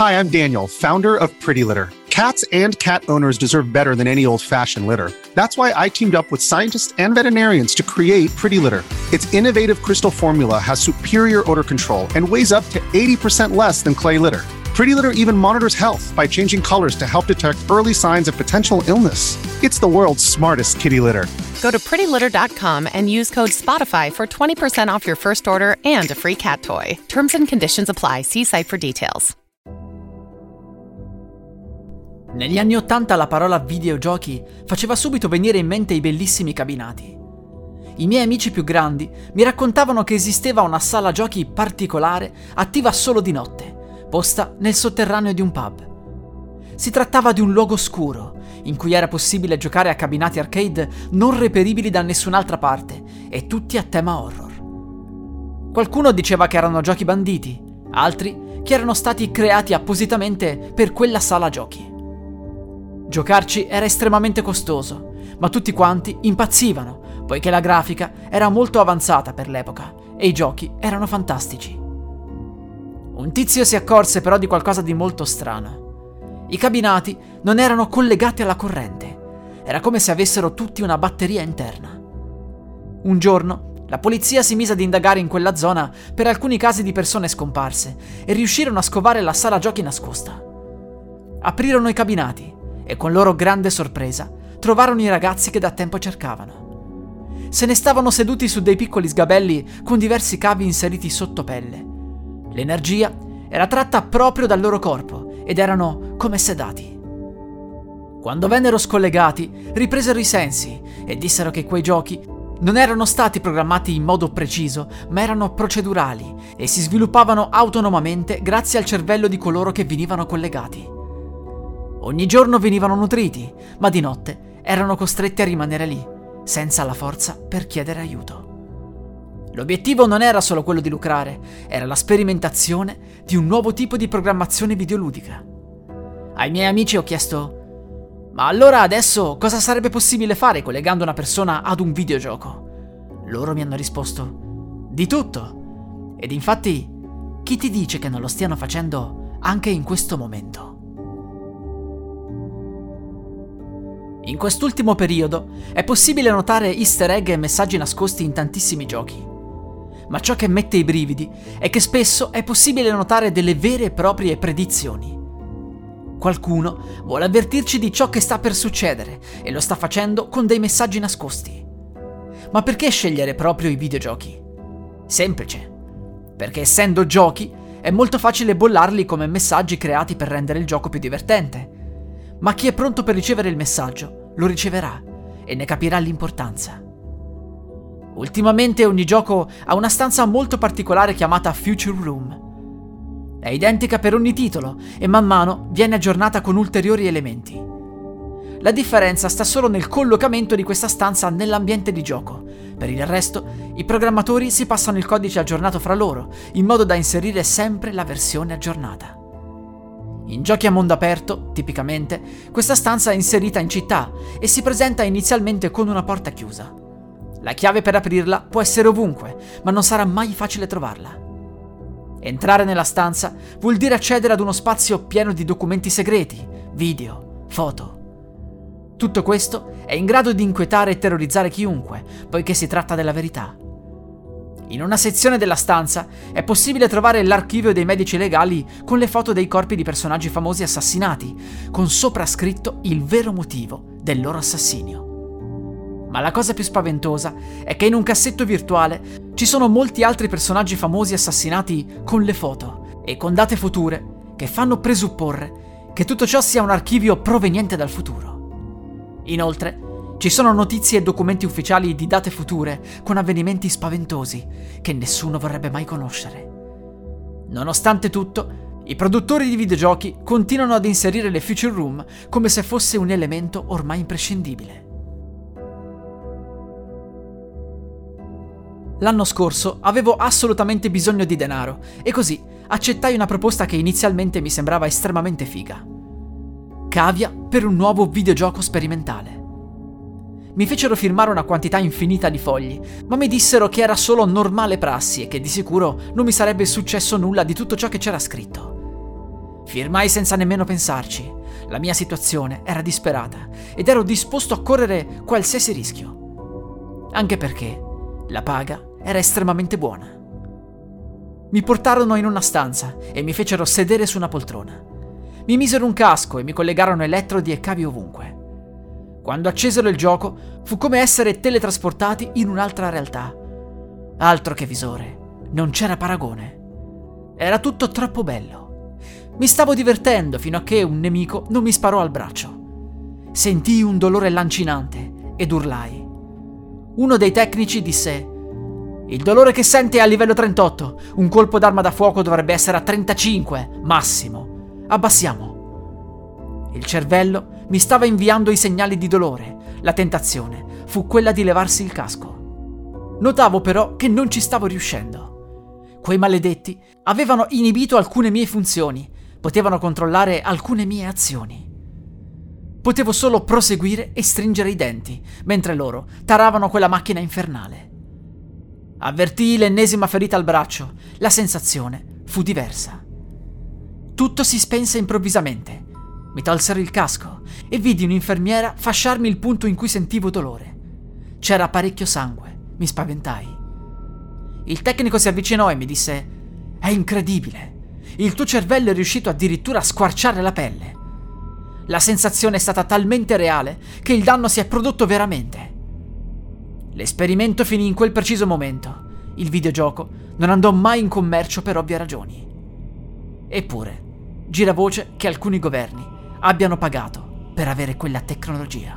Hi, I'm Daniel, founder of Pretty Litter. Cats and cat owners deserve better than any old-fashioned litter. That's why I teamed up with scientists and veterinarians to create Pretty Litter. Its innovative crystal formula has superior odor control and weighs up to 80% less than clay litter. Pretty Litter even monitors health by changing colors to help detect early signs of potential illness. It's the world's smartest kitty litter. Go to prettylitter.com and use code SPOTIFY for 20% off your first order and a free cat toy. Terms and conditions apply. See site for details. Negli anni '80 la parola videogiochi faceva subito venire in mente i bellissimi cabinati. I miei amici più grandi mi raccontavano che esisteva una sala giochi particolare attiva solo di notte, posta nel sotterraneo di un pub. Si trattava di un luogo oscuro, in cui era possibile giocare a cabinati arcade non reperibili da nessun'altra parte e tutti a tema horror. Qualcuno diceva che erano giochi banditi, altri che erano stati creati appositamente per quella sala giochi. Giocarci era estremamente costoso, ma tutti quanti impazzivano, poiché la grafica era molto avanzata per l'epoca e i giochi erano fantastici. Un tizio si accorse però di qualcosa di molto strano. I cabinati non erano collegati alla corrente, era come se avessero tutti una batteria interna. Un giorno la polizia si mise ad indagare in quella zona per alcuni casi di persone scomparse e riuscirono a scovare la sala giochi nascosta. Aprirono i cabinati e con loro grande sorpresa trovarono i ragazzi che da tempo cercavano. Se ne stavano seduti su dei piccoli sgabelli con diversi cavi inseriti sotto pelle. L'energia era tratta proprio dal loro corpo ed erano come sedati. Quando vennero scollegati, ripresero i sensi e dissero che quei giochi non erano stati programmati in modo preciso, ma erano procedurali e si sviluppavano autonomamente grazie al cervello di coloro che venivano collegati. Ogni giorno venivano nutriti, ma di notte erano costretti a rimanere lì, senza la forza per chiedere aiuto. L'obiettivo non era solo quello di lucrare, era la sperimentazione di un nuovo tipo di programmazione videoludica. Ai miei amici ho chiesto: ma allora adesso cosa sarebbe possibile fare collegando una persona ad un videogioco? Loro mi hanno risposto: di tutto. Ed infatti, chi ti dice che non lo stiano facendo anche in questo momento? In quest'ultimo periodo è possibile notare easter egg e messaggi nascosti in tantissimi giochi. Ma ciò che mette i brividi è che spesso è possibile notare delle vere e proprie predizioni. Qualcuno vuole avvertirci di ciò che sta per succedere e lo sta facendo con dei messaggi nascosti. Ma perché scegliere proprio i videogiochi? Semplice. Perché essendo giochi è molto facile bollarli come messaggi creati per rendere il gioco più divertente. Ma chi è pronto per ricevere il messaggio lo riceverà e ne capirà l'importanza. Ultimamente ogni gioco ha una stanza molto particolare chiamata Future Room. È identica per ogni titolo e man mano viene aggiornata con ulteriori elementi. La differenza sta solo nel collocamento di questa stanza nell'ambiente di gioco. Per il resto, i programmatori si passano il codice aggiornato fra loro, in modo da inserire sempre la versione aggiornata. In giochi a mondo aperto, tipicamente, questa stanza è inserita in città e si presenta inizialmente con una porta chiusa. La chiave per aprirla può essere ovunque, ma non sarà mai facile trovarla. Entrare nella stanza vuol dire accedere ad uno spazio pieno di documenti segreti, video, foto. Tutto questo è in grado di inquietare e terrorizzare chiunque, poiché si tratta della verità. In una sezione della stanza è possibile trovare l'archivio dei medici legali con le foto dei corpi di personaggi famosi assassinati, con sopra scritto il vero motivo del loro assassinio. Ma la cosa più spaventosa è che in un cassetto virtuale ci sono molti altri personaggi famosi assassinati con le foto e con date future che fanno presupporre che tutto ciò sia un archivio proveniente dal futuro. Inoltre, ci sono notizie e documenti ufficiali di date future con avvenimenti spaventosi che nessuno vorrebbe mai conoscere. Nonostante tutto, i produttori di videogiochi continuano ad inserire le Future Room come se fosse un elemento ormai imprescindibile. L'anno scorso avevo assolutamente bisogno di denaro e così accettai una proposta che inizialmente mi sembrava estremamente figa. Cavia per un nuovo videogioco sperimentale. Mi fecero firmare una quantità infinita di fogli, ma mi dissero che era solo normale prassi e che di sicuro non mi sarebbe successo nulla di tutto ciò che c'era scritto. Firmai senza nemmeno pensarci. La mia situazione era disperata ed ero disposto a correre qualsiasi rischio. Anche perché la paga era estremamente buona. Mi portarono in una stanza e mi fecero sedere su una poltrona. Mi misero un casco e mi collegarono elettrodi e cavi ovunque. Quando accesero il gioco, fu come essere teletrasportati in un'altra realtà. Altro che visore, non c'era paragone. Era tutto troppo bello. Mi stavo divertendo fino a che un nemico non mi sparò al braccio. Sentii un dolore lancinante ed urlai. Uno dei tecnici disse: «Il dolore che sente è a livello 38, un colpo d'arma da fuoco dovrebbe essere a 35, massimo. Abbassiamo». Il cervello mi stava inviando i segnali di dolore. La tentazione fu quella di levarsi il casco. Notavo però che non ci stavo riuscendo. Quei maledetti avevano inibito alcune mie funzioni, potevano controllare alcune mie azioni. Potevo solo proseguire e stringere i denti, mentre loro taravano quella macchina infernale. Avvertii l'ennesima ferita al braccio. La sensazione fu diversa. Tutto si spense improvvisamente. Mi tolsero il casco e vidi un'infermiera fasciarmi il punto in cui sentivo dolore. C'era parecchio sangue. Mi spaventai. Il tecnico si avvicinò e mi disse: «È incredibile. Il tuo cervello è riuscito addirittura a squarciare la pelle. La sensazione è stata talmente reale che il danno si è prodotto veramente». L'esperimento finì in quel preciso momento. Il videogioco non andò mai in commercio per ovvie ragioni. Eppure, gira voce che alcuni governi abbiano pagato per avere quella tecnologia.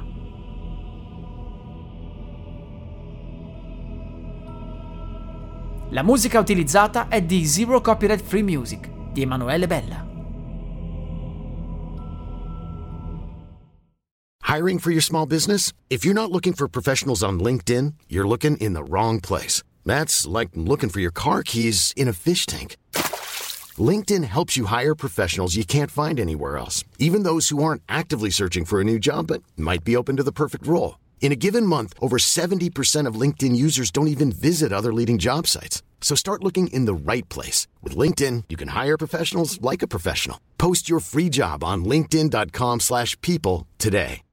La musica utilizzata è di Zero Copyright Free Music di Emanuele Bella. Hiring for your small business? If you're not looking for professionals on LinkedIn, you're looking in the wrong place. That's like looking for your car keys in a fish tank. LinkedIn helps you hire professionals you can't find anywhere else, even those who aren't actively searching for a new job but might be open to the perfect role. In a given month, over 70% of LinkedIn users don't even visit other leading job sites. So start looking in the right place. With LinkedIn, you can hire professionals like a professional. Post your free job on linkedin.com/people today.